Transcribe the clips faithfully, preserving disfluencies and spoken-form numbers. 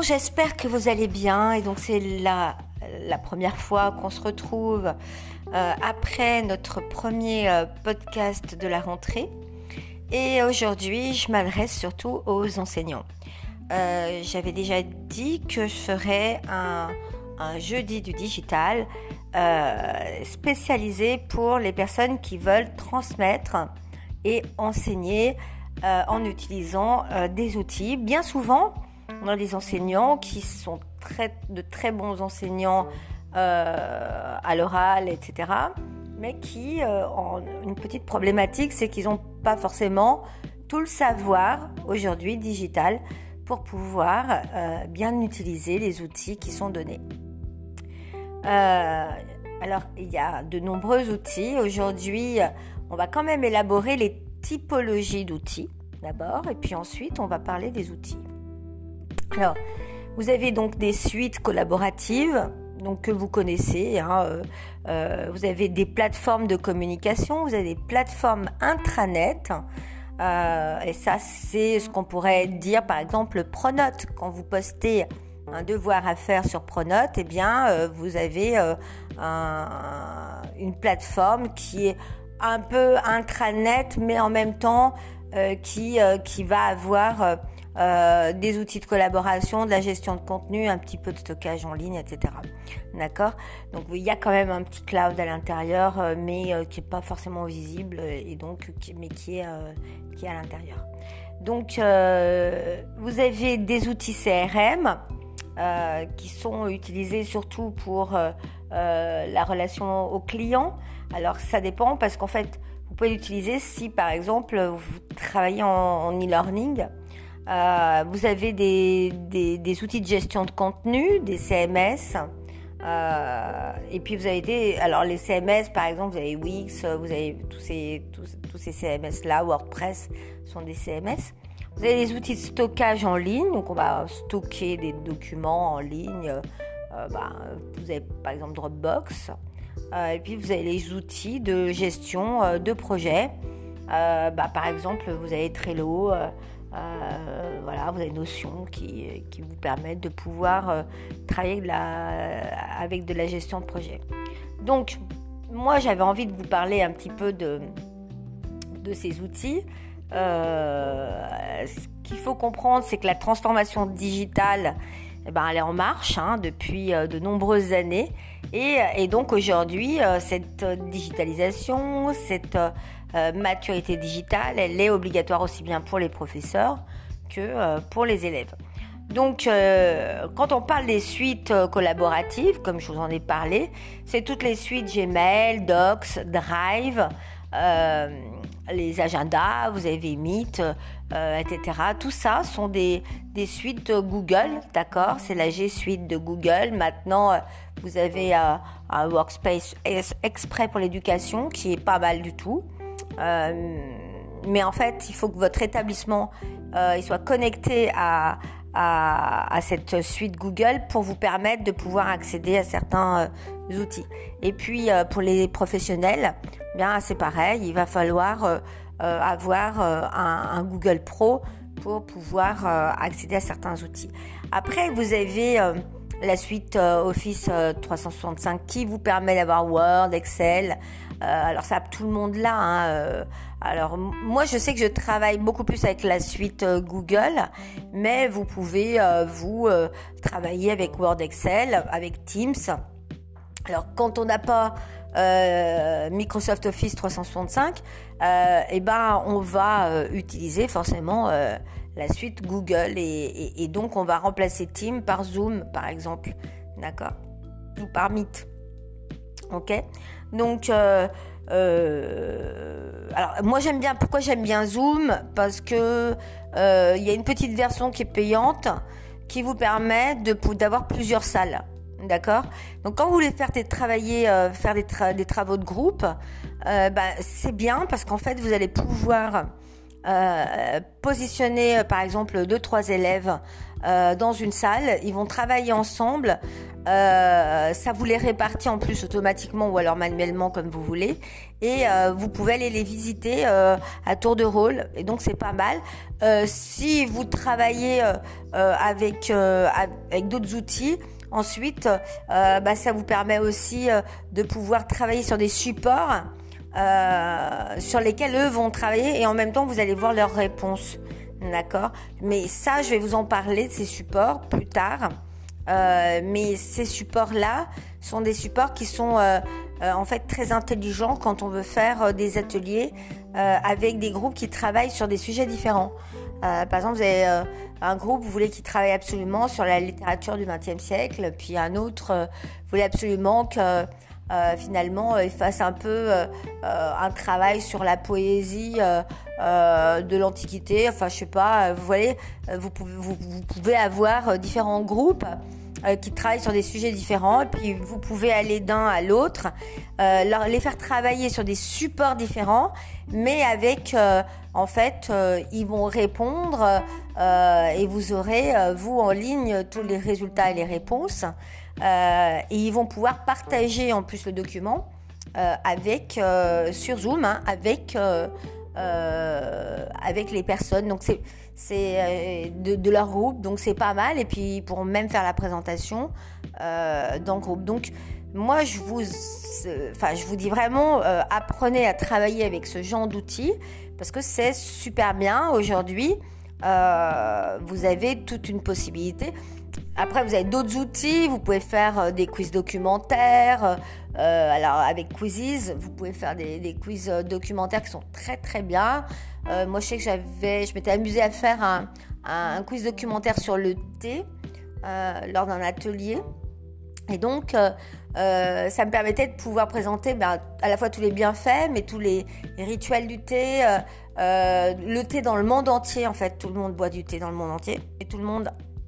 Bonjour, j'espère que vous allez bien et donc c'est la, la première fois qu'on se retrouve euh, après notre premier euh, podcast de la rentrée et aujourd'hui je m'adresse surtout aux enseignants. Euh, j'avais déjà dit que je ferais un, un jeudi du digital euh, spécialisé pour les personnes qui veulent transmettre et enseigner euh, en utilisant euh, des outils. Bien souvent, on a des enseignants qui sont très, de très bons enseignants euh, à l'oral, et cetera, mais qui euh, ont une petite problématique, c'est qu'ils n'ont pas forcément tout le savoir aujourd'hui digital pour pouvoir euh, bien utiliser les outils qui sont donnés. Euh, alors, il y a de nombreux outils. Aujourd'hui, on va quand même élaborer les typologies d'outils d'abord, et puis ensuite, on va parler des outils. Alors, vous avez donc des suites collaboratives, donc que vous connaissez. Hein, euh, euh, vous avez des plateformes de communication, vous avez des plateformes intranet. Euh, et ça, c'est ce qu'on pourrait dire, par exemple, Pronote. Quand vous postez un devoir à faire sur Pronote, eh bien, euh, vous avez euh, un, une plateforme qui est un peu intranet, mais en même temps euh, qui euh, qui va avoir euh, euh, des outils de collaboration, de la gestion de contenu, un petit peu de stockage en ligne, et cetera. D'accord ? Donc il y a quand même un petit cloud à l'intérieur, euh, mais euh, qui est pas forcément visible et donc qui, mais qui est euh, qui est à l'intérieur. Donc euh, vous avez des outils C R M euh, qui sont utilisés surtout pour euh, euh, la relation au client. Alors ça dépend parce qu'en fait vous pouvez l'utiliser si par exemple vous travaillez en, en e-learning. Euh, vous avez des, des, des outils de gestion de contenu, des C M S, euh, et puis vous avez des, alors les C M S par exemple, vous avez Wix, vous avez tous ces, tous, tous ces C M S là, WordPress sont des C M S. Vous avez des outils de stockage en ligne, donc on va stocker des documents en ligne. Euh, bah, vous avez par exemple Dropbox, euh, et puis vous avez les outils de gestion euh, de projet. Euh, bah, par exemple, vous avez Trello. Euh, Euh, voilà, vous avez Notion qui, qui vous permettent de pouvoir euh, travailler de la, avec de la gestion de projet. Donc, moi, j'avais envie de vous parler un petit peu de, de ces outils. Euh, ce qu'il faut comprendre, c'est que la transformation digitale, eh ben, elle est en marche hein, depuis euh, de nombreuses années. Et, et donc, aujourd'hui, euh, cette digitalisation, cette Euh, maturité digitale, elle est obligatoire aussi bien pour les professeurs que euh, pour les élèves. Donc, euh, quand on parle des suites euh, collaboratives, comme je vous en ai parlé, c'est toutes les suites Gmail, Docs, Drive, euh, les agendas, vous avez Meet, euh, et cetera. Tout ça sont des, des suites Google, d'accord ? C'est la G Suite de Google. Maintenant, euh, vous avez euh, un workspace exprès pour l'éducation qui est pas mal du tout. Euh, mais en fait, il faut que votre établissement euh, il soit connecté à, à, à cette suite Google pour vous permettre de pouvoir accéder à certains euh, outils. Et puis, euh, pour les professionnels, bien c'est pareil, il va falloir euh, euh, avoir euh, un, un Google Pro pour pouvoir euh, accéder à certains outils. Après, vous avez euh, la suite euh, Office euh, trois cent soixante-cinq qui vous permet d'avoir Word, Excel. Euh, alors ça, tout le monde là. Hein, euh, alors moi, je sais que je travaille beaucoup plus avec la suite euh, Google, mais vous pouvez euh, vous euh, travailler avec Word, Excel, avec Teams. Alors quand on n'a pas euh, Microsoft Office trois cent soixante-cinq, euh, eh ben on va euh, utiliser forcément euh, la suite Google et, et, et donc on va remplacer Teams par Zoom par exemple, d'accord, ou par Meet. Ok, donc euh, euh, alors moi j'aime bien. Pourquoi j'aime bien Zoom ? Parce que euh, il y a une petite version qui est payante qui vous permet de d'avoir plusieurs salles. D'accord ? Donc quand vous voulez faire des travailler, euh, faire des, tra- des travaux de groupe, euh, bah, c'est bien parce qu'en fait vous allez pouvoir euh, positionner euh, par exemple deux trois élèves euh, dans une salle, ils vont travailler ensemble, euh, ça vous les répartit en plus automatiquement ou alors manuellement comme vous voulez, et euh, vous pouvez aller les visiter euh, à tour de rôle, et donc c'est pas mal. Euh, si vous travaillez euh, euh, avec euh, avec d'autres outils, ensuite euh, bah, ça vous permet aussi euh, de pouvoir travailler sur des supports euh, sur lesquels eux vont travailler, et en même temps vous allez voir leurs réponses, d'accord? Mais ça, je vais vous en parler de ces supports plus tard. Euh, mais ces supports-là sont des supports qui sont euh, euh, en fait très intelligents quand on veut faire euh, des ateliers euh, avec des groupes qui travaillent sur des sujets différents. Euh, par exemple, vous avez euh, un groupe, vous voulez qu'il travaille absolument sur la littérature du vingtième siècle, puis un autre, euh, vous voulez absolument que euh, finalement euh, il fasse un peu euh, euh, un travail sur la poésie euh, euh, de l'Antiquité. Enfin, je sais pas, vous voyez, vous pouvez, vous, vous pouvez avoir différents groupes euh, qui travaillent sur des sujets différents, et puis vous pouvez aller d'un à l'autre, euh, leur, les faire travailler sur des supports différents, mais avec euh, en fait euh, ils vont répondre euh, et vous aurez euh, vous en ligne tous les résultats et les réponses, euh, et ils vont pouvoir partager en plus le document euh, avec euh, sur Zoom hein, avec euh, euh, avec les personnes, donc c'est c'est euh, de, de leur groupe, donc c'est pas mal, et puis ils pourront même faire la présentation euh, dans le groupe. Donc moi je vous euh, enfin je vous dis vraiment euh, apprenez à travailler avec ce genre d'outils parce que c'est super bien. Aujourd'hui euh, vous avez toute une possibilité. Après, vous avez d'autres outils, vous pouvez faire euh, des quiz documentaires. Euh, alors, avec Quizzes, vous pouvez faire des, des quiz euh, documentaires qui sont très très bien. Euh, moi, je sais que j'avais, je m'étais amusée à faire un, un, un quiz documentaire sur le thé euh, lors d'un atelier. Et donc, euh, euh, ça me permettait de pouvoir présenter ben, à la fois tous les bienfaits, mais tous les, les rituels du thé. Euh, euh, le thé dans le monde entier, en fait, tout le monde boit du thé dans le monde entier. Et tout le monde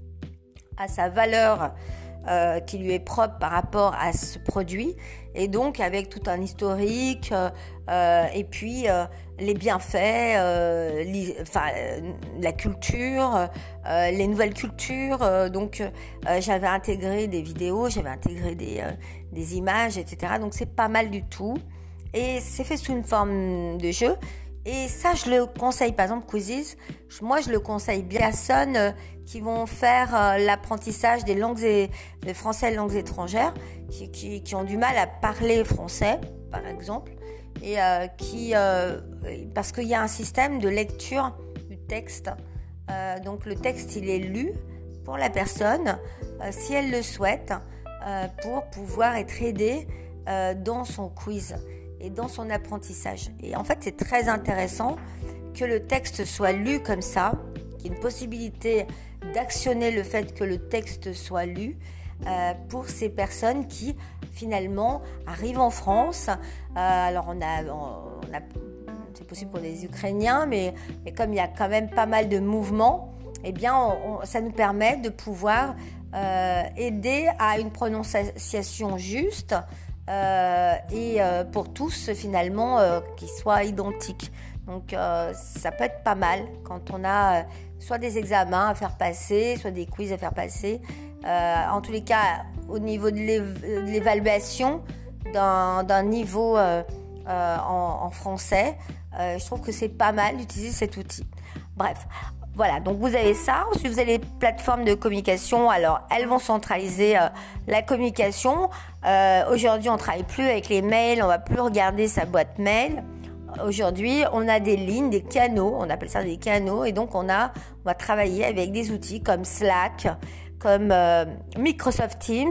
à sa valeur euh, qui lui est propre par rapport à ce produit, et donc avec tout un historique euh, et puis euh, les bienfaits, euh, li, enfin, euh, la culture, euh, les nouvelles cultures. Euh, donc euh, j'avais intégré des vidéos, j'avais intégré des, euh, des images, et cetera. Donc c'est pas mal du tout, et c'est fait sous une forme de jeu. Et ça, je le conseille, par exemple, Quizzes, moi, je le conseille bien à personnes euh, qui vont faire euh, l'apprentissage des langues et, des français et langues étrangères, qui, qui, qui ont du mal à parler français, par exemple, et euh, qui, euh, parce qu'il y a un système de lecture du texte. Euh, donc, le texte, il est lu pour la personne, euh, si elle le souhaite, euh, pour pouvoir être aidée euh, dans son quiz et dans son apprentissage. Et en fait, c'est très intéressant que le texte soit lu comme ça, qu'il y ait une possibilité d'actionner le fait que le texte soit lu euh, pour ces personnes qui, finalement, arrivent en France. Euh, alors, on a, on a, c'est possible pour les Ukrainiens, mais, mais comme il y a quand même pas mal de mouvements, eh bien, on, on, ça nous permet de pouvoir euh, aider à une prononciation juste, Euh, et euh, pour tous finalement euh, qu'ils soient identiques. Donc euh, ça peut être pas mal quand on a euh, soit des examens à faire passer, soit des quiz à faire passer. Euh, en tous les cas, au niveau de, l'év- de l'évaluation d'un, d'un niveau euh, euh, en, en français, euh, je trouve que c'est pas mal d'utiliser cet outil. Bref. Voilà, donc vous avez ça. Ensuite, vous avez les plateformes de communication. Alors, elles vont centraliser euh, la communication. Euh, aujourd'hui, on ne travaille plus avec les mails. On ne va plus regarder sa boîte mail. Aujourd'hui, on a des lignes, des canaux. On appelle ça des canaux. Et donc, on, a, on va travailler avec des outils comme Slack, comme euh, Microsoft Teams,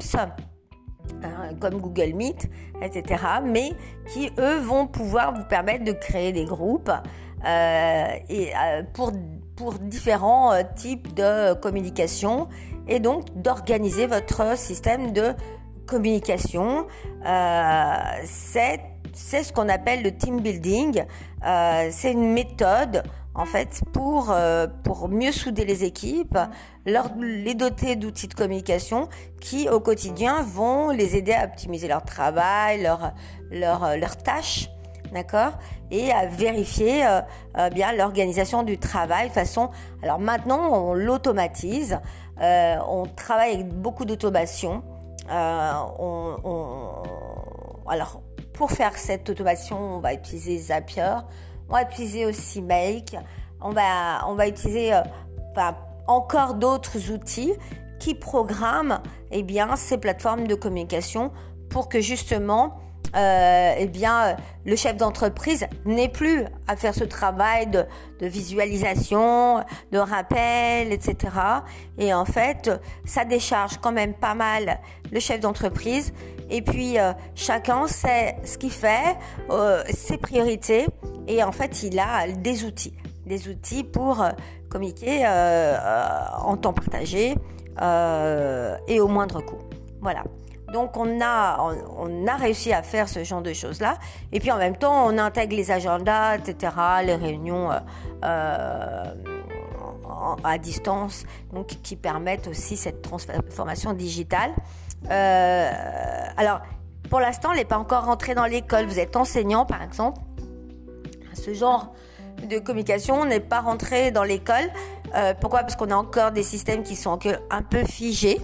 hein, comme Google Meet, et cetera. Mais qui, eux, vont pouvoir vous permettre de créer des groupes euh, et euh, pour pour différents euh, types de communication, et donc d'organiser votre système de communication. Euh, c'est, c'est ce qu'on appelle le team building. Euh, c'est une méthode en fait pour, euh, pour mieux souder les équipes, leur, les doter d'outils de communication qui au quotidien vont les aider à optimiser leur travail, leur, leur, leurs tâches. d'accord, et à vérifier euh, euh, bien l'organisation du travail de façon. Alors maintenant, on l'automatise, euh, on travaille avec beaucoup d'automation. Euh, on, on, alors pour faire cette automation, on va utiliser Zapier, on va utiliser aussi Make, on va on va utiliser euh, enfin, encore d'autres outils qui programment eh bien ces plateformes de communication pour que justement euh, eh bien le chef d'entreprise n'ait plus à faire ce travail de, de visualisation, de rappel, et cetera. Et en fait, ça décharge quand même pas mal le chef d'entreprise. Et puis euh, chacun sait ce qu'il fait, euh, ses priorités, et en fait il a des outils, des outils pour euh, communiquer euh, euh, en temps partagé euh, et au moindre coût. Voilà. Donc on a on, on a réussi à faire ce genre de choses-là. Et puis en même temps, on intègre les agendas, et cetera, les réunions euh, euh, à distance, donc qui permettent aussi cette transformation digitale. Euh, alors, pour l'instant, elle n'est pas encore rentrée dans l'école. Vous êtes enseignant, par exemple. Ce genre de communication n'est pas rentré dans l'école. Euh, pourquoi ? Parce qu'on a encore des systèmes qui sont un peu figés.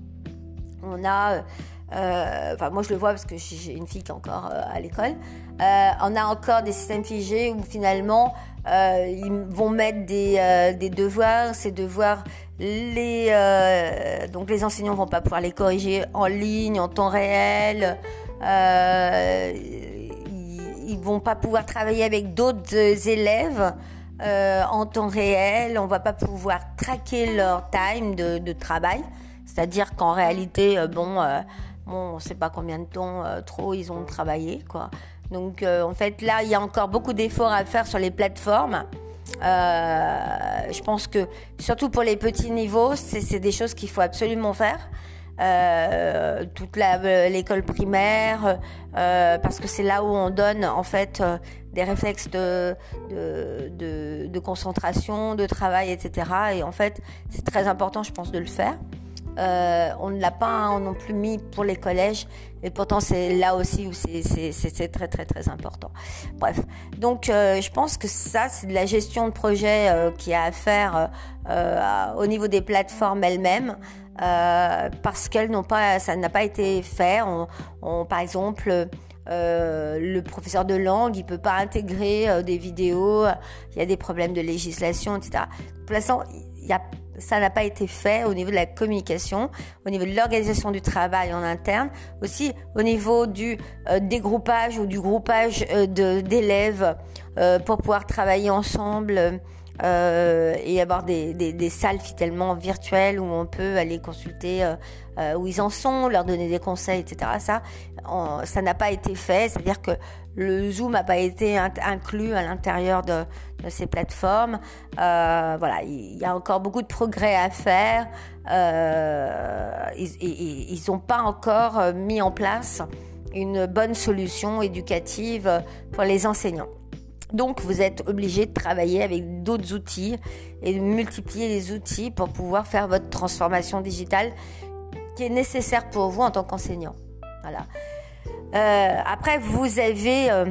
On a... Euh, enfin, moi, je le vois parce que j'ai une fille qui est encore euh, à l'école. Euh, on a encore des systèmes figés où finalement, euh, ils vont mettre des, euh, des devoirs. Ces devoirs, les, euh, donc les enseignants vont pas pouvoir les corriger en ligne, en temps réel. Euh, ils, ils vont pas pouvoir travailler avec d'autres élèves euh, en temps réel. On va pas pouvoir traquer leur time de, de travail. C'est-à-dire qu'en réalité, euh, bon... Euh, Bon, on ne sait pas combien de temps euh, trop ils ont travaillé, quoi. Donc, euh, en fait, là, il y a encore beaucoup d'efforts à faire sur les plateformes. Euh, je pense que, surtout pour les petits niveaux, c'est, c'est des choses qu'il faut absolument faire. Euh, toute la, l'école primaire, euh, parce que c'est là où on donne, en fait, euh, des réflexes de, de, de, de concentration, de travail, et cetera. Et en fait, c'est très important, je pense, de le faire. Euh, on ne l'a pas non plus mis pour les collèges, et pourtant c'est là aussi où c'est, c'est, c'est, c'est très très très important. Bref, donc euh, je pense que ça c'est de la gestion de projet euh, qu'il y a à faire euh, au niveau des plateformes elles-mêmes, euh, parce qu'elles n'ont pas, ça n'a pas été fait. On, on, par exemple, Euh, le professeur de langue, il peut pas intégrer euh, des vidéos, il y a des problèmes de législation, et cetera. Pour l'instant, il y a, ça n'a pas été fait au niveau de la communication, au niveau de l'organisation du travail en interne, aussi au niveau du euh, dégroupage ou du groupage euh, de, d'élèves euh, pour pouvoir travailler ensemble. Euh, et avoir des, des, des salles finalement virtuelles où on peut aller consulter euh, euh, où ils en sont, leur donner des conseils, et cetera. Ça, on, ça n'a pas été fait, c'est-à-dire que le Zoom n'a pas été in- inclus à l'intérieur de, de ces plateformes. Euh, voilà, il y a encore beaucoup de progrès à faire. Euh, ils n'ont pas encore mis en place une bonne solution éducative pour les enseignants. Donc, vous êtes obligé de travailler avec d'autres outils et de multiplier les outils pour pouvoir faire votre transformation digitale qui est nécessaire pour vous en tant qu'enseignant. Voilà. Euh, après, vous avez euh,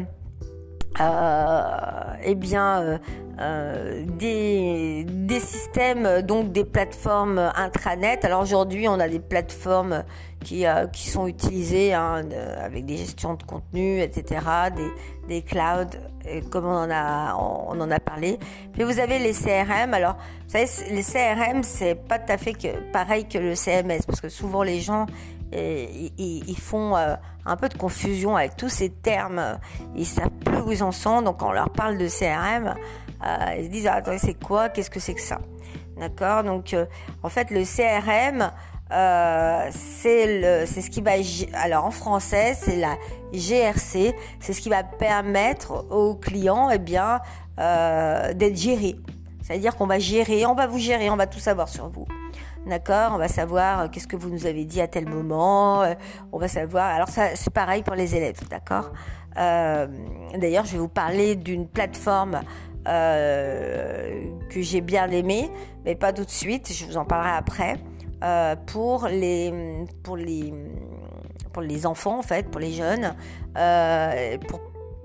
euh, eh bien, euh, euh, des, des systèmes, donc des plateformes intranet. Alors aujourd'hui, on a des plateformes qui, euh, qui sont utilisées hein, de, avec des gestions de contenu, et cetera, des, des clouds, comme on en a, on en a parlé. Puis vous avez les C R M. Alors, vous savez, les C R M, c'est pas tout à fait que, pareil que le C M S, parce que souvent les gens, ils, ils, ils font euh, un peu de confusion avec tous ces termes. Ils savent plus où ils en sont. Donc, quand on leur parle de C R M, euh, ils se disent, ah, attendez, c'est quoi? Qu'est-ce que c'est que ça? D'accord? Donc, euh, en fait, le C R M, Euh, c'est le, c'est ce qui va, alors en français, c'est la G R C, c'est ce qui va permettre aux clients, eh bien, euh, d'être gérés. C'est-à-dire qu'on va gérer, on va vous gérer, on va tout savoir sur vous. D'accord, on va savoir euh, qu'est-ce que vous nous avez dit à tel moment, euh, on va savoir, alors ça, c'est pareil pour les élèves, d'accord. Euh, d'ailleurs, je vais vous parler d'une plateforme euh, que j'ai bien aimée, mais pas tout de suite, je vous en parlerai après. Euh, pour les pour les pour les enfants en fait, pour les jeunes, euh, pour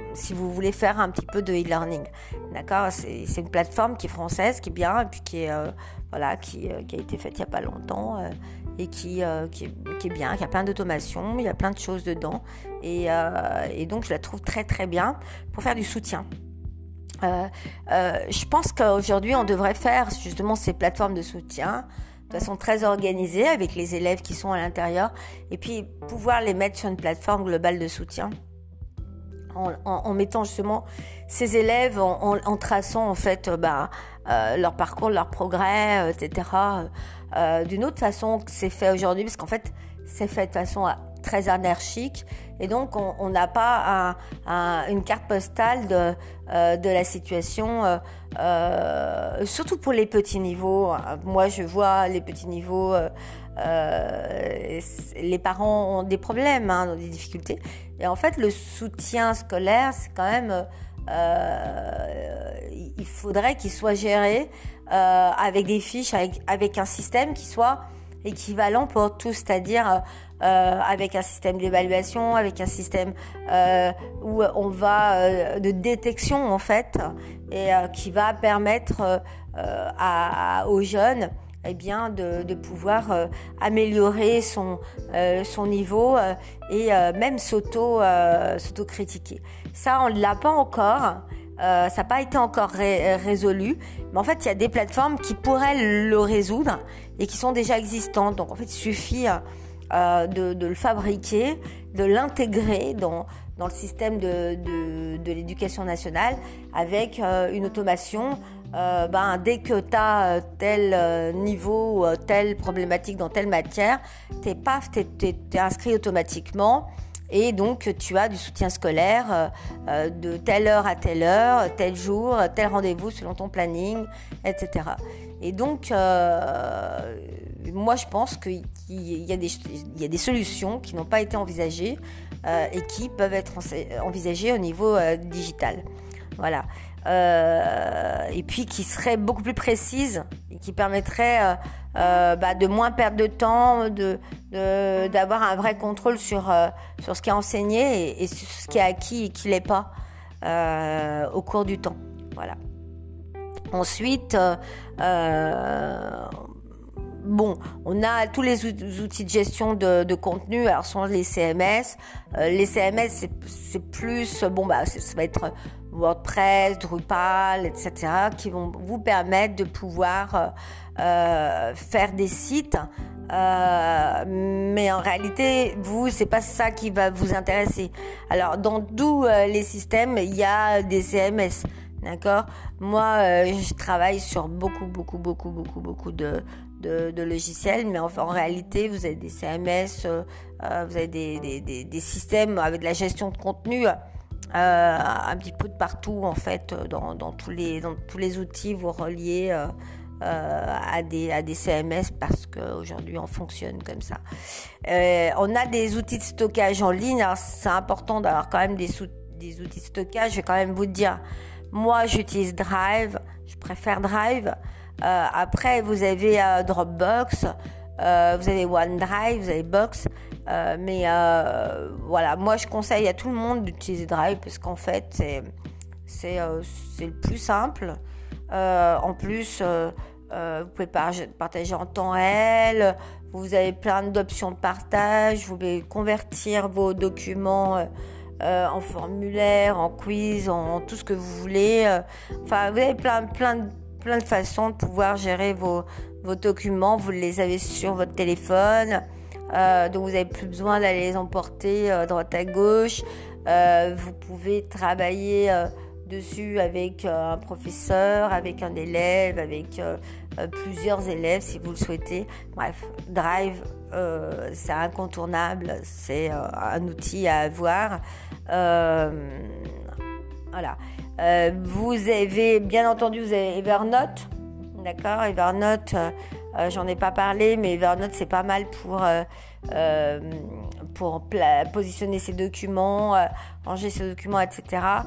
si vous voulez faire un petit peu de e-learning. D'accord, c'est, c'est une plateforme qui est française, qui est bien, et puis qui est euh, voilà, qui, euh, qui a été faite il y a pas longtemps euh, et qui, euh, qui, est, qui est bien, qui a plein d'automation, il y a plein de choses dedans, et, euh, et donc je la trouve très très bien pour faire du soutien. Euh, euh, je pense qu'aujourd'hui on devrait faire justement ces plateformes de soutien de façon très organisée avec les élèves qui sont à l'intérieur, et puis pouvoir les mettre sur une plateforme globale de soutien. En, en, en mettant justement ces élèves, en, en, en traçant en fait euh, bah, euh, leur parcours, leur progrès, euh, et cetera. Euh, d'une autre façon que c'est fait aujourd'hui, parce qu'en fait c'est fait de façon euh, très anarchique, et donc on n'a pas un, un, une carte postale de, euh, de la situation, euh, euh, surtout pour les petits niveaux. Moi je vois les petits niveaux, euh, euh, les parents ont des problèmes, hein, ont des difficultés. Et en fait, le soutien scolaire, c'est quand même, euh, il faudrait qu'il soit géré euh, avec des fiches, avec, avec un système qui soit équivalent pour tous, c'est-à-dire euh, avec un système d'évaluation, avec un système euh, où on va euh, de détection en fait, et euh, qui va permettre euh, à, à, aux jeunes eh bien de, de pouvoir euh, améliorer son euh, son niveau euh, et euh, même s'auto euh, s'auto-critiquer. Ça, on ne l'a pas encore, euh, ça n'a pas été encore ré- résolu, mais en fait il y a des plateformes qui pourraient le résoudre et qui sont déjà existantes. Donc en fait il suffit euh, de, de le fabriquer, de l'intégrer dans dans le système de de, de l'éducation nationale avec euh, une automation. Euh, ben, dès que tu as tel euh, niveau, euh, telle problématique dans telle matière, t'es paf, t'es, t'es, t'es inscrit automatiquement, et donc tu as du soutien scolaire euh, euh, de telle heure à telle heure, tel jour, tel rendez-vous selon ton planning, et cetera. Et donc, euh, moi je pense qu'il y a des, il y a des solutions qui n'ont pas été envisagées euh, et qui peuvent être envisagées au niveau euh, digital. Voilà. Euh, et puis qui serait beaucoup plus précise et qui permettrait euh, euh, bah, de moins perdre de temps, de, de d'avoir un vrai contrôle sur euh, sur ce qui est enseigné et, et sur ce qui est acquis et qui l'est pas euh, au cours du temps. Voilà. Ensuite, euh, euh, bon, on a tous les outils de gestion de, de contenu. Alors, sont les C M S. Euh, les C M S, c'est, c'est plus, bon, bah, c'est, ça va être WordPress, Drupal, et cetera, qui vont vous permettre de pouvoir euh, faire des sites. Euh, mais en réalité, vous, c'est pas ça qui va vous intéresser. Alors, dans tous euh, les systèmes, il y a des C M S. D'accord. Moi, euh, je travaille sur beaucoup, beaucoup, beaucoup, beaucoup, beaucoup de, de, de logiciels, mais en, en réalité, vous avez des C M S, euh, vous avez des, des, des, des systèmes avec de la gestion de contenu, euh, un petit peu de partout en fait, dans, dans tous les, dans tous les outils, vous reliez euh, euh, à des, à des C M S parce qu'aujourd'hui on fonctionne comme ça. Euh, on a des outils de stockage en ligne. Alors, c'est important d'avoir quand même des, sous, des outils de stockage. Je vais quand même vous dire. Moi, j'utilise Drive, je préfère Drive. Euh, après, vous avez euh, Dropbox, euh, vous avez OneDrive, vous avez Box. Euh, mais euh, voilà, moi, je conseille à tout le monde d'utiliser Drive parce qu'en fait, c'est c'est euh, c'est le plus simple. Euh, en plus, euh, euh, vous pouvez partager en temps réel. Vous avez plein d'options de partage. Vous pouvez convertir vos documents. Euh, Euh, en formulaire, en quiz, en, en tout ce que vous voulez. Euh, enfin, vous avez plein, plein, de, plein de façons de pouvoir gérer vos, vos documents. Vous les avez sur votre téléphone, euh, donc vous n'avez plus besoin d'aller les emporter euh, droite à gauche. Euh, vous pouvez travailler euh, dessus avec euh, un professeur, avec un élève, avec euh, euh, plusieurs élèves si vous le souhaitez. Bref, Drive, euh, c'est incontournable, c'est euh, un outil à avoir. Euh, voilà. Euh, vous avez, bien entendu, vous avez Evernote, d'accord. Evernote, euh, euh, j'en ai pas parlé, mais Evernote c'est pas mal pour euh, euh, pour pla- positionner ses documents, euh, ranger ses documents, et cetera.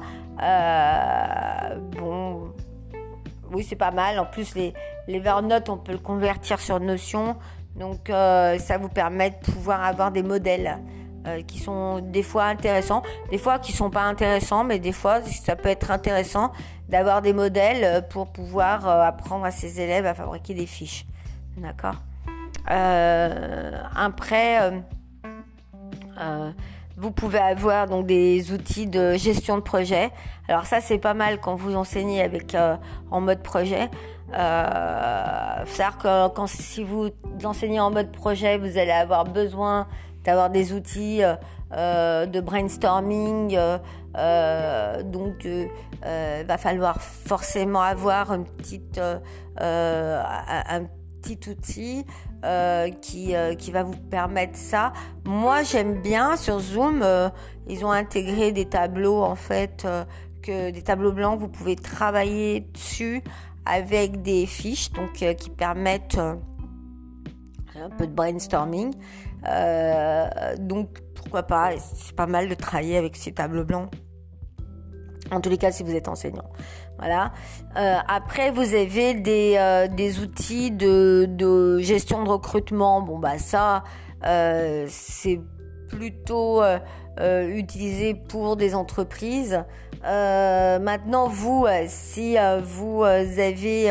Euh, bon, oui, c'est pas mal. En plus, les l'Evernote, on peut le convertir sur Notion, donc euh, ça vous permet de pouvoir avoir des modèles euh, qui sont des fois intéressants, des fois qui sont pas intéressants, mais des fois ça peut être intéressant d'avoir des modèles pour pouvoir euh, apprendre à ses élèves à fabriquer des fiches. D'accord. Euh, après, euh, euh, vous pouvez avoir donc des outils de gestion de projet. Alors ça, c'est pas mal quand vous enseignez avec euh, en mode projet. Euh, faut savoir que quand si vous enseignez en mode projet, vous allez avoir besoin d'avoir des outils euh, de brainstorming. Euh, euh, donc, il euh, va falloir forcément avoir une petite, euh, un, un petit outil euh, qui euh, qui va vous permettre ça. Moi, j'aime bien sur Zoom. Euh, ils ont intégré des tableaux en fait, euh, que des tableaux blancs. Vous pouvez travailler dessus avec des fiches, donc euh, qui permettent euh, un peu de brainstorming. Euh, donc pourquoi pas, c'est pas mal de travailler avec ces tableaux blancs. En tous les cas, si vous êtes enseignant. Voilà. Euh, après, vous avez des, euh, des outils de, de gestion de recrutement. Bon, bah ça, euh, c'est plutôt euh, euh, utilisé pour des entreprises. Euh, maintenant, vous, euh, si euh, vous euh, avez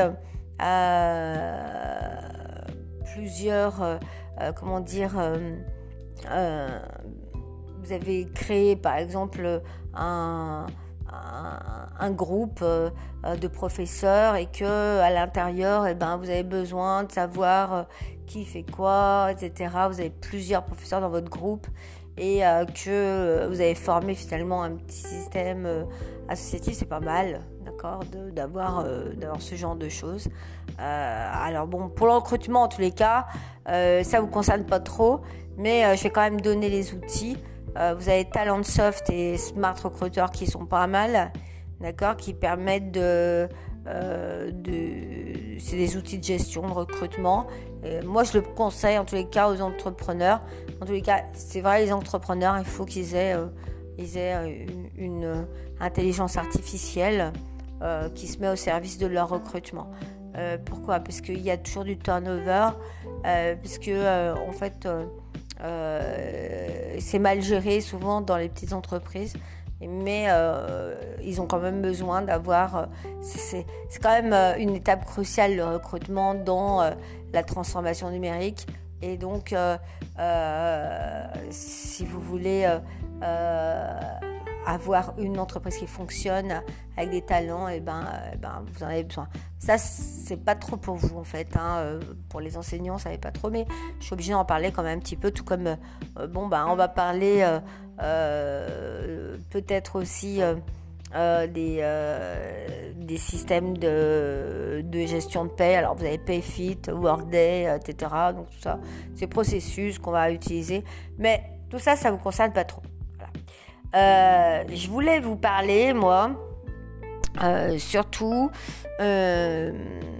euh, plusieurs, euh, euh, comment dire, euh, euh, vous avez créé, par exemple, un Un, un groupe euh, de professeurs et que à l'intérieur, eh ben, vous avez besoin de savoir euh, qui fait quoi, et cetera. Vous avez plusieurs professeurs dans votre groupe et euh, que vous avez formé finalement un petit système euh, associatif, c'est pas mal, d'accord, de, d'avoir, euh, d'avoir ce genre de choses. Euh, alors bon, pour le recrutement, en tous les cas, euh, ça vous concerne pas trop, mais euh, je vais quand même donner les outils. Euh, vous avez Talentsoft et Smart Recruiter qui sont pas mal, d'accord, qui permettent de, euh, de, c'est des outils de gestion de recrutement. Euh, moi, je le conseille en tous les cas aux entrepreneurs. En tous les cas, c'est vrai, les entrepreneurs, il faut qu'ils aient, euh, ils aient une, une intelligence artificielle euh, qui se met au service de leur recrutement. Euh, pourquoi ? Parce qu'il y a toujours du turnover, euh, parce que euh, en fait. Euh, Euh, c'est mal géré souvent dans les petites entreprises, mais euh, ils ont quand même besoin d'avoir. C'est, c'est, c'est quand même une étape cruciale, le recrutement dans euh, la transformation numérique. Et donc, euh, euh, si vous voulez euh, euh, avoir une entreprise qui fonctionne avec des talents, et ben, et ben, vous en avez besoin. Ça, c'est pas trop pour vous en fait, hein. Pour les enseignants, ça n'est pas trop, mais je suis obligée d'en parler quand même un petit peu, tout comme euh, bon, ben, on va parler euh, euh, peut-être aussi euh, euh, des, euh, des systèmes de, de gestion de paie. Alors vous avez Payfit, Workday, et cetera. Donc tout ça, c'est processus qu'on va utiliser, mais tout ça, ça vous concerne pas trop. Euh, je voulais vous parler, moi, euh, surtout euh,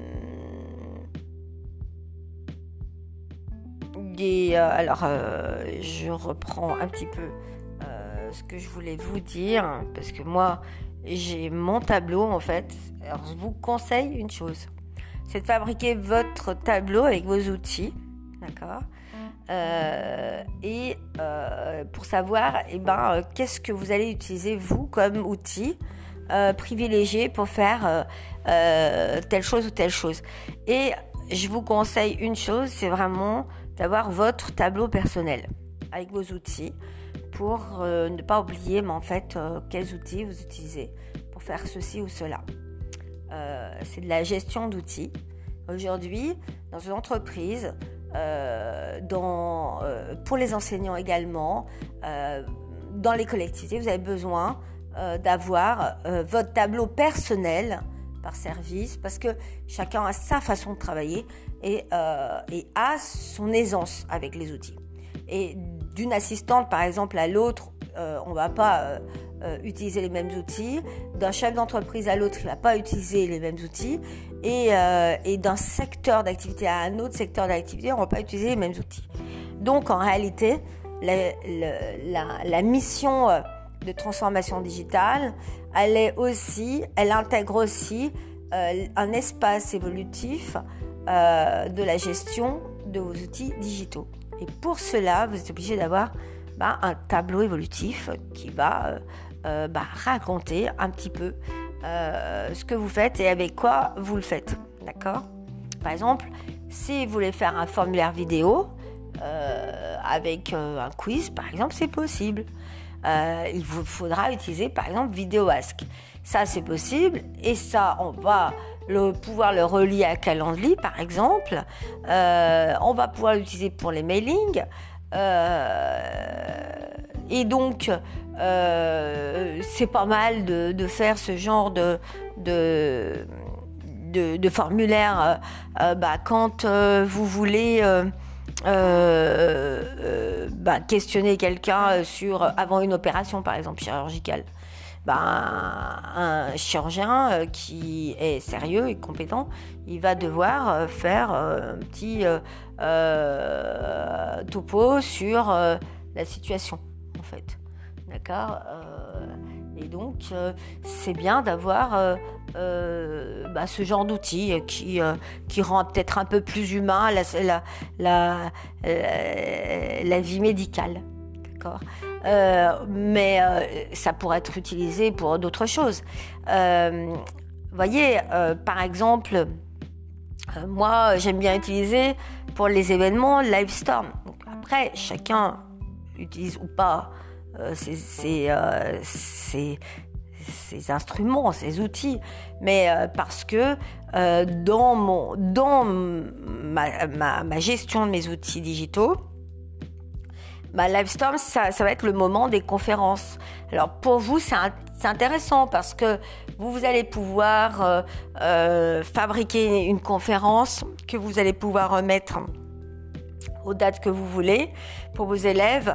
des. Euh, alors, euh, je reprends un petit peu euh, ce que je voulais vous dire, parce que moi, j'ai mon tableau en fait. Alors, je vous conseille une chose, c'est de fabriquer votre tableau avec vos outils, d'accord ? Euh, et euh, pour savoir eh ben, euh, qu'est-ce que vous allez utiliser vous comme outil euh, privilégié pour faire euh, euh, telle chose ou telle chose. Et je vous conseille une chose, c'est vraiment d'avoir votre tableau personnel avec vos outils pour euh, ne pas oublier mais en fait euh, quels outils vous utilisez pour faire ceci ou cela. Euh, c'est de la gestion d'outils. Aujourd'hui, dans une entreprise, Euh, dans, euh, pour les enseignants également, euh, dans les collectivités, vous avez besoin euh, d'avoir euh, votre tableau personnel par service, parce que chacun a sa façon de travailler et, euh, et a son aisance avec les outils. Et d'une assistante, par exemple, à l'autre, euh, on ne va pas euh, euh, utiliser les mêmes outils. D'un chef d'entreprise à l'autre, il ne va pas utiliser les mêmes outils. Et, euh, et d'un secteur d'activité à un autre secteur d'activité, on ne va pas utiliser les mêmes outils. Donc, en réalité, la, la, la, la mission de transformation digitale, elle est aussi, elle intègre aussi euh, un espace évolutif euh, de la gestion de vos outils digitaux. Et pour cela, vous êtes obligé d'avoir bah, un tableau évolutif qui va euh, euh, bah, raconter un petit peu euh, ce que vous faites et avec quoi vous le faites. D'accord ? Par exemple, si vous voulez faire un formulaire vidéo euh, avec euh, un quiz, par exemple, c'est possible. Euh, il vous faudra utiliser, par exemple, VideoAsk. Ça, c'est possible. Et ça, on va le, pouvoir le relier à Calendly, par exemple. Euh, on va pouvoir l'utiliser pour les mailings. Euh, et donc, euh, c'est pas mal de, de faire ce genre de... de De, de formulaire euh, euh, bah, quand euh, vous voulez euh, euh, euh, bah, questionner quelqu'un sur avant une opération par exemple chirurgicale. Bah, un, un chirurgien euh, qui est sérieux et compétent, il va devoir euh, faire euh, un petit euh, euh, topo sur euh, la situation en fait. D'accord euh, et donc euh, c'est bien d'avoir euh, Euh, bah, ce genre d'outil qui, euh, qui rend peut-être un peu plus humain la, la, la, la, la vie médicale. D'accord euh, mais euh, ça pourrait être utilisé pour d'autres choses. Euh, vous voyez, euh, par exemple, euh, moi j'aime bien utiliser pour les événements Livestorm. Donc, après, chacun utilise ou pas euh, c'est, c'est, euh, c'est ces instruments, ces outils, mais euh, parce que euh, dans, mon, dans ma, ma, ma gestion de mes outils digitaux, bah, Livestorm, ça, ça va être le moment des conférences. Alors pour vous, c'est, un, c'est intéressant parce que vous, vous allez pouvoir euh, euh, fabriquer une conférence que vous allez pouvoir remettre aux dates que vous voulez pour vos élèves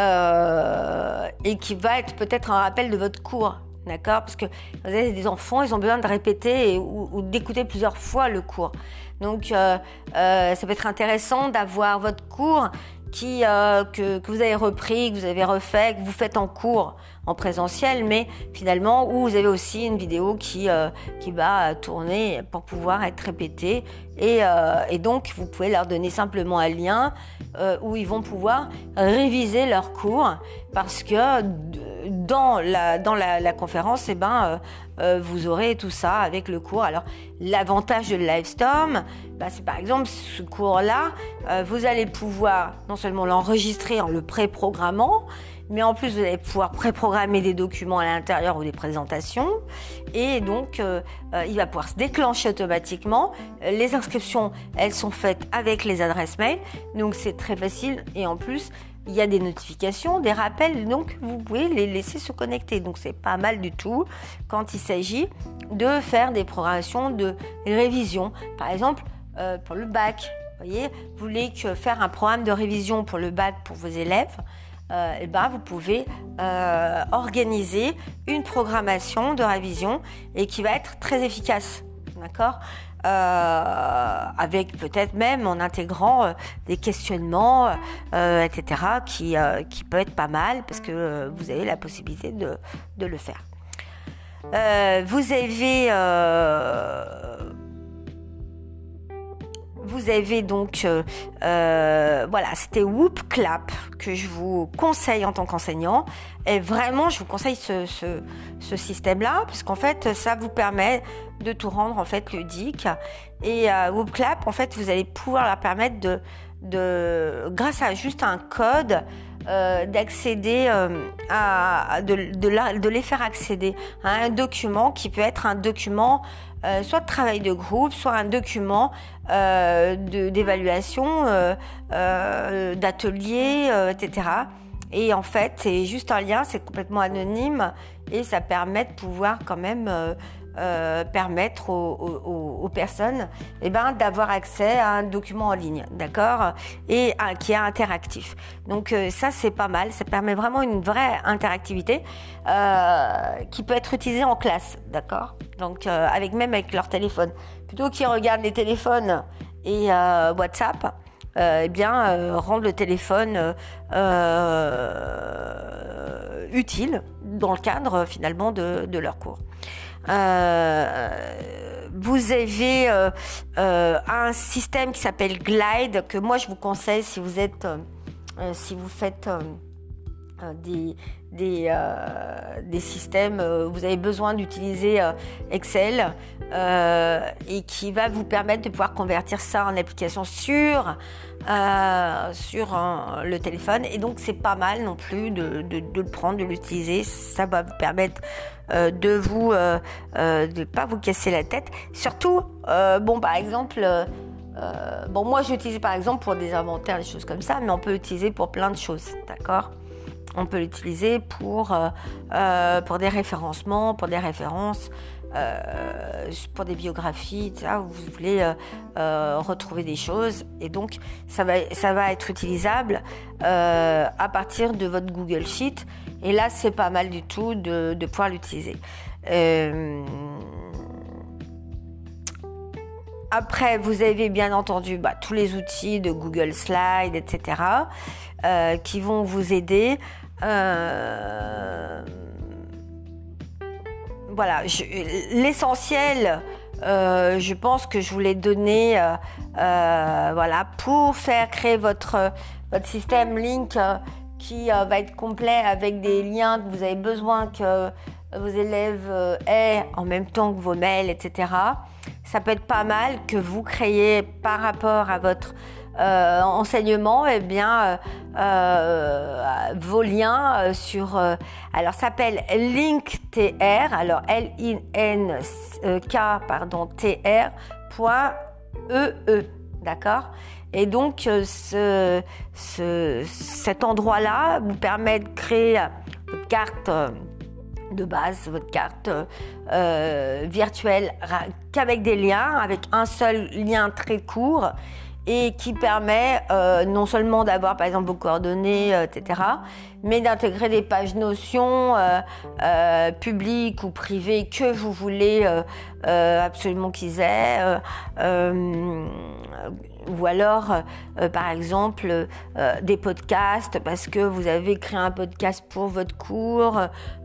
euh, et qui va être peut-être un rappel de votre cours. D'accord ? Parce que vous avez des enfants, ils ont besoin de répéter et, ou, ou d'écouter plusieurs fois le cours. Donc, euh, euh, ça peut être intéressant d'avoir votre cours qui, euh, que, que vous avez repris, que vous avez refait, que vous faites en cours, en présentiel, mais finalement, où vous avez aussi une vidéo qui, euh, qui va tourner pour pouvoir être répétée. Et, euh, et donc, vous pouvez leur donner simplement un lien euh, où ils vont pouvoir réviser leur cours parce que dans la, dans la, la conférence, eh ben, euh, euh, vous aurez tout ça avec le cours. Alors, l'avantage de Livestorm, bah, c'est par exemple ce cours-là, euh, vous allez pouvoir non seulement l'enregistrer en le pré-programmant, mais en plus vous allez pouvoir pré-programmer des documents à l'intérieur ou des présentations et donc euh, euh, il va pouvoir se déclencher automatiquement. Les inscriptions, elles sont faites avec les adresses mail, donc c'est très facile et en plus il y a des notifications, des rappels, donc vous pouvez les laisser se connecter. Donc c'est pas mal du tout quand il s'agit de faire des programmations de révision. Par exemple, euh, pour le bac, vous voyez, vous voulez que faire un programme de révision pour le bac pour vos élèves, euh, et ben vous pouvez euh, organiser une programmation de révision et qui va être très efficace. D'accord ? Euh, avec peut-être même en intégrant euh, des questionnements, euh, et cetera, qui, euh, qui peut être pas mal parce que euh, vous avez la possibilité de, de le faire. Euh, vous avez... Euh, Vous avez donc, euh, euh, voilà, c'était Whoopclap que je vous conseille en tant qu'enseignant. Et vraiment, je vous conseille ce, ce, ce système-là, parce qu'en fait, ça vous permet de tout rendre en fait ludique. Et euh, Whoopclap, en fait, vous allez pouvoir leur permettre de, de grâce à juste un code, euh, d'accéder euh, à, de, de, la, de les faire accéder à un document qui peut être un document Euh, soit de travail de groupe, soit un document euh, de, d'évaluation, euh, euh, d'atelier, euh, et cetera. Et en fait, c'est juste un lien, c'est complètement anonyme et ça permet de pouvoir quand même euh, euh, permettre aux, aux, aux personnes eh ben, d'avoir accès à un document en ligne, d'accord, et un, qui est interactif. Donc euh, ça, c'est pas mal, ça permet vraiment une vraie interactivité euh, qui peut être utilisée en classe, d'accord. Donc euh, avec même avec leur téléphone, plutôt qu'ils regardent les téléphones et euh, WhatsApp, euh, eh bien euh, rendre le téléphone euh, euh, utile dans le cadre finalement de, de leur cours. Euh, vous avez euh, euh, un système qui s'appelle Glide que moi je vous conseille si vous êtes, euh, si vous faites euh, des, des, euh, des systèmes, euh, vous avez besoin d'utiliser euh, Excel euh, et qui va vous permettre de pouvoir convertir ça en application sur, euh, sur euh, le téléphone. Et donc c'est pas mal non plus de, de, de le prendre, de l'utiliser. Ça va vous permettre euh, de vous euh, euh, de pas vous casser la tête. Surtout, euh, bon par exemple, euh, euh, bon moi j'utilise par exemple pour des inventaires, des choses comme ça, mais on peut l'utiliser pour plein de choses, d'accord ? On peut l'utiliser pour, euh, euh, pour des référencements, pour des références, euh, pour des biographies, et cetera. Vous voulez euh, euh, retrouver des choses. Et donc, ça va, ça va être utilisable euh, à partir de votre Google Sheet. Et là, c'est pas mal du tout de, de pouvoir l'utiliser. Euh, Après, vous avez bien entendu bah, tous les outils de Google Slides, et cetera, euh, qui vont vous aider. Euh, voilà, je, l'essentiel, euh, je pense que je vous l'ai donné, euh, euh, voilà, pour faire créer votre votre système Link euh, qui euh, va être complet avec des liens que vous avez besoin que vos élèves euh, aient en même temps que vos mails, et cetera. Ça peut être pas mal que vous créez par rapport à votre euh, enseignement, eh bien, euh, euh, vos liens euh, sur. Euh, alors, ça s'appelle LinkTR. Alors, L I N K pardon T R point E E, d'accord. Et donc, euh, ce, ce, cet endroit-là vous permet de créer votre carte. Euh, de base, votre carte euh, virtuelle qu'avec des liens, avec un seul lien très court et qui permet euh, non seulement d'avoir par exemple vos coordonnées, euh, et cetera, mais d'intégrer des pages Notion euh, euh, publiques ou privées que vous voulez euh, euh, absolument qu'ils aient. Euh, euh, ou alors, euh, par exemple, euh, des podcasts, parce que vous avez créé un podcast pour votre cours,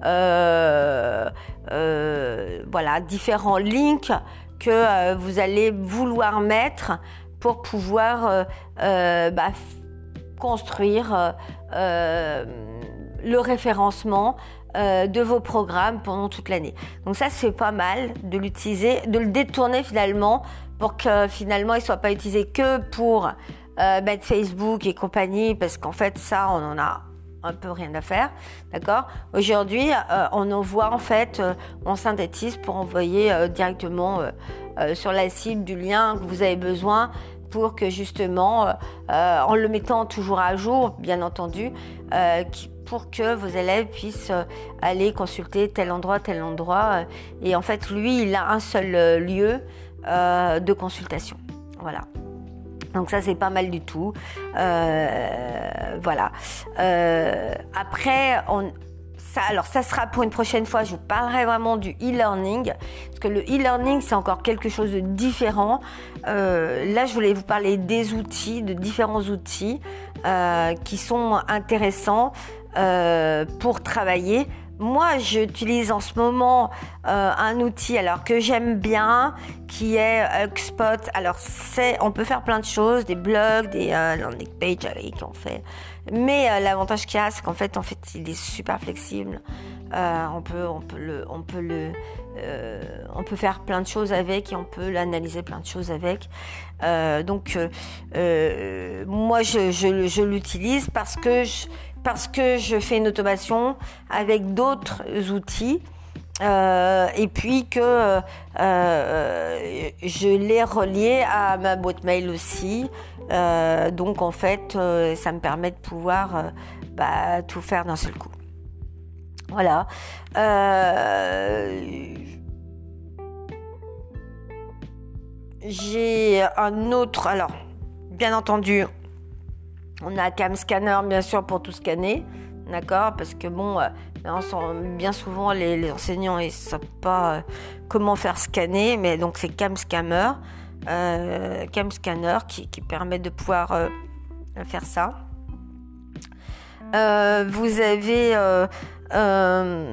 euh, euh, voilà, différents links que euh, vous allez vouloir mettre pour pouvoir euh, euh, bah, f- construire euh, euh, le référencement euh, de vos programmes pendant toute l'année. Donc ça, c'est pas mal de l'utiliser, de le détourner finalement pour que finalement il soit pas utilisé que pour euh, mettre Facebook et compagnie, parce qu'en fait ça on en a un peu rien à faire, d'accord. Aujourd'hui euh, on envoie en fait, euh, on synthétise pour envoyer euh, directement euh, euh, sur la cible du lien que vous avez besoin, pour que justement, euh, euh, en le mettant toujours à jour, bien entendu, euh, qui, pour que vos élèves puissent euh, aller consulter tel endroit, tel endroit. Euh, et en fait, lui, il a un seul euh, lieu euh, de consultation. Voilà. Donc ça, c'est pas mal du tout. Euh, voilà. Euh, après, on... Ça, alors ça sera pour une prochaine fois, je vous parlerai vraiment du e-learning, parce que le e-learning c'est encore quelque chose de différent. Euh, là je voulais vous parler des outils, de différents outils euh, qui sont intéressants euh, pour travailler. Moi j'utilise en ce moment euh, un outil alors que j'aime bien, qui est HubSpot. Alors c'est, on peut faire plein de choses, des blogs, des euh, landing pages avec, on fait. Mais euh, l'avantage qu'il y a, c'est qu'en fait, en fait, il est super flexible. Euh, on peut, on peut le, on peut le, euh, on peut faire plein de choses avec, et on peut l'analyser plein de choses avec. Euh, donc, euh, euh, moi, je, je, je l'utilise parce que je, parce que je fais une automation avec d'autres outils. Euh, et puis que euh, euh, je l'ai relié à ma boîte mail aussi. Euh, donc en fait, euh, ça me permet de pouvoir euh, bah, tout faire d'un seul coup. Voilà. Euh, j'ai un autre. Alors, bien entendu, on a CamScanner bien sûr pour tout scanner, d'accord, parce que bon, euh, bien souvent les, les enseignants ils savent pas euh, comment faire scanner, mais donc c'est CamScanner. Euh, CamScanner qui, qui permet de pouvoir euh, faire ça. Euh, vous avez euh, euh,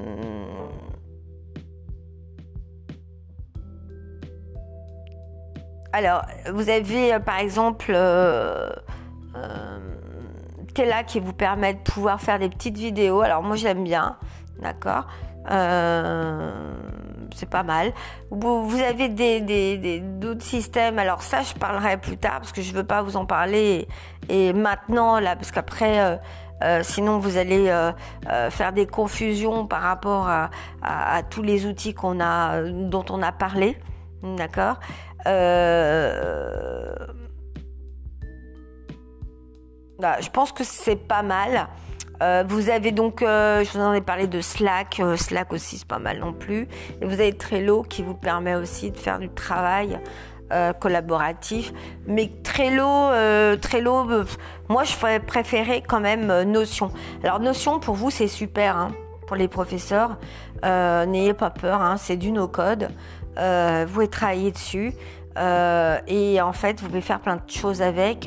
alors vous avez euh, par exemple euh, euh, là qui vous permet de pouvoir faire des petites vidéos. Alors moi j'aime bien, d'accord, euh, c'est pas mal. Vous, vous avez des, des, des, d'autres systèmes. Alors ça je parlerai plus tard parce que je veux pas vous en parler et, et maintenant là parce qu'après euh, euh, sinon vous allez euh, euh, faire des confusions par rapport à, à, à tous les outils qu'on a, dont on a parlé, d'accord. Euh, bah, je pense que c'est pas mal. Euh, vous avez donc, euh, je vous en ai parlé de Slack, euh, Slack aussi c'est pas mal non plus. Et vous avez Trello qui vous permet aussi de faire du travail euh, collaboratif. Mais Trello, euh, Trello, euh, moi je ferais préférer quand même euh, Notion. Alors Notion pour vous c'est super, hein, pour les professeurs. Euh, n'ayez pas peur, hein, c'est du no-code. Euh, vous pouvez travailler dessus euh, et en fait vous pouvez faire plein de choses avec.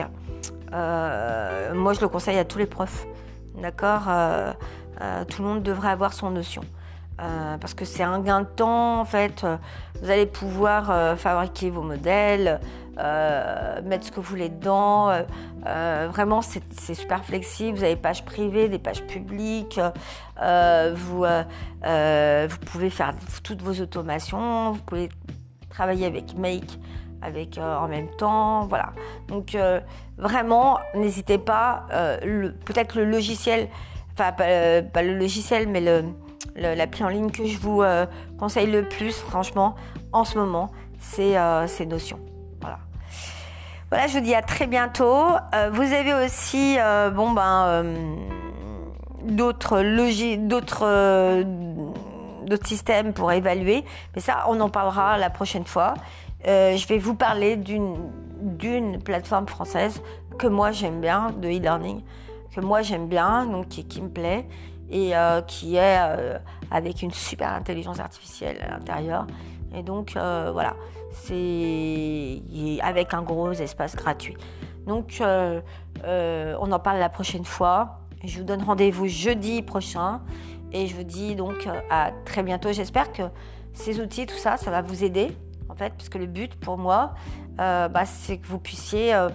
Euh, moi je le conseille à tous les profs. D'accord, euh, euh, tout le monde devrait avoir son Notion euh, parce que c'est un gain de temps en fait. Vous allez pouvoir euh, fabriquer vos modèles, euh, mettre ce que vous voulez dedans. Euh, euh, vraiment, c'est, c'est super flexible. Vous avez des pages privées, des pages publiques. Euh, vous, euh, euh, vous pouvez faire toutes vos automations. Vous pouvez travailler avec Make. Avec euh, en même temps, voilà. Donc euh, vraiment, n'hésitez pas. Euh, le, peut-être le logiciel, enfin pas, euh, pas le logiciel, mais le, le, l'appli en ligne que je vous euh, conseille le plus, franchement, en ce moment, c'est, euh, c'est Notion. Voilà. Voilà, je vous dis à très bientôt. Euh, vous avez aussi, euh, bon ben, euh, d'autres logis, d'autres. Euh, d'autres systèmes pour évaluer, mais ça, on en parlera la prochaine fois. Euh, je vais vous parler d'une, d'une plateforme française que moi j'aime bien, de e-learning, que moi j'aime bien, donc qui, qui me plaît, et euh, qui est euh, avec une super intelligence artificielle à l'intérieur. Et donc euh, voilà, c'est avec un gros espace gratuit. Donc euh, euh, on en parle la prochaine fois. Je vous donne rendez-vous jeudi prochain. Et je vous dis donc à très bientôt. J'espère que ces outils, tout ça, ça va vous aider, en fait, parce que le but pour moi, euh, bah, c'est que vous puissiez euh,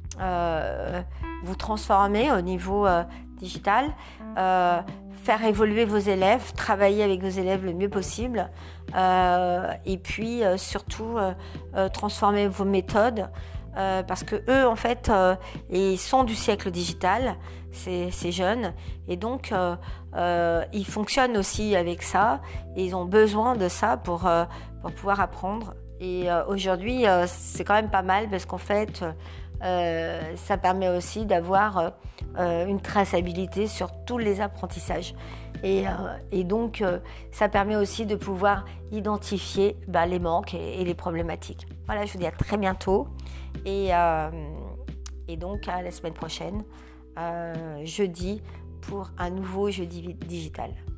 euh, vous transformer au niveau euh, digital, euh, faire évoluer vos élèves, travailler avec vos élèves le mieux possible, euh, et puis euh, surtout euh, euh, transformer vos méthodes. Euh, parce que eux en fait euh, ils sont du siècle digital, ces, ces jeunes, et donc euh, euh, ils fonctionnent aussi avec ça et ils ont besoin de ça pour, euh, pour pouvoir apprendre. Et euh, aujourd'hui euh, c'est quand même pas mal parce qu'en fait euh, ça permet aussi d'avoir euh, une traçabilité sur tous les apprentissages et, euh, et donc euh, ça permet aussi de pouvoir identifier bah, les manques et, et les problématiques. Voilà, je vous dis à très bientôt. Et, euh, et donc à la semaine prochaine, euh, jeudi, pour un nouveau jeudi digital.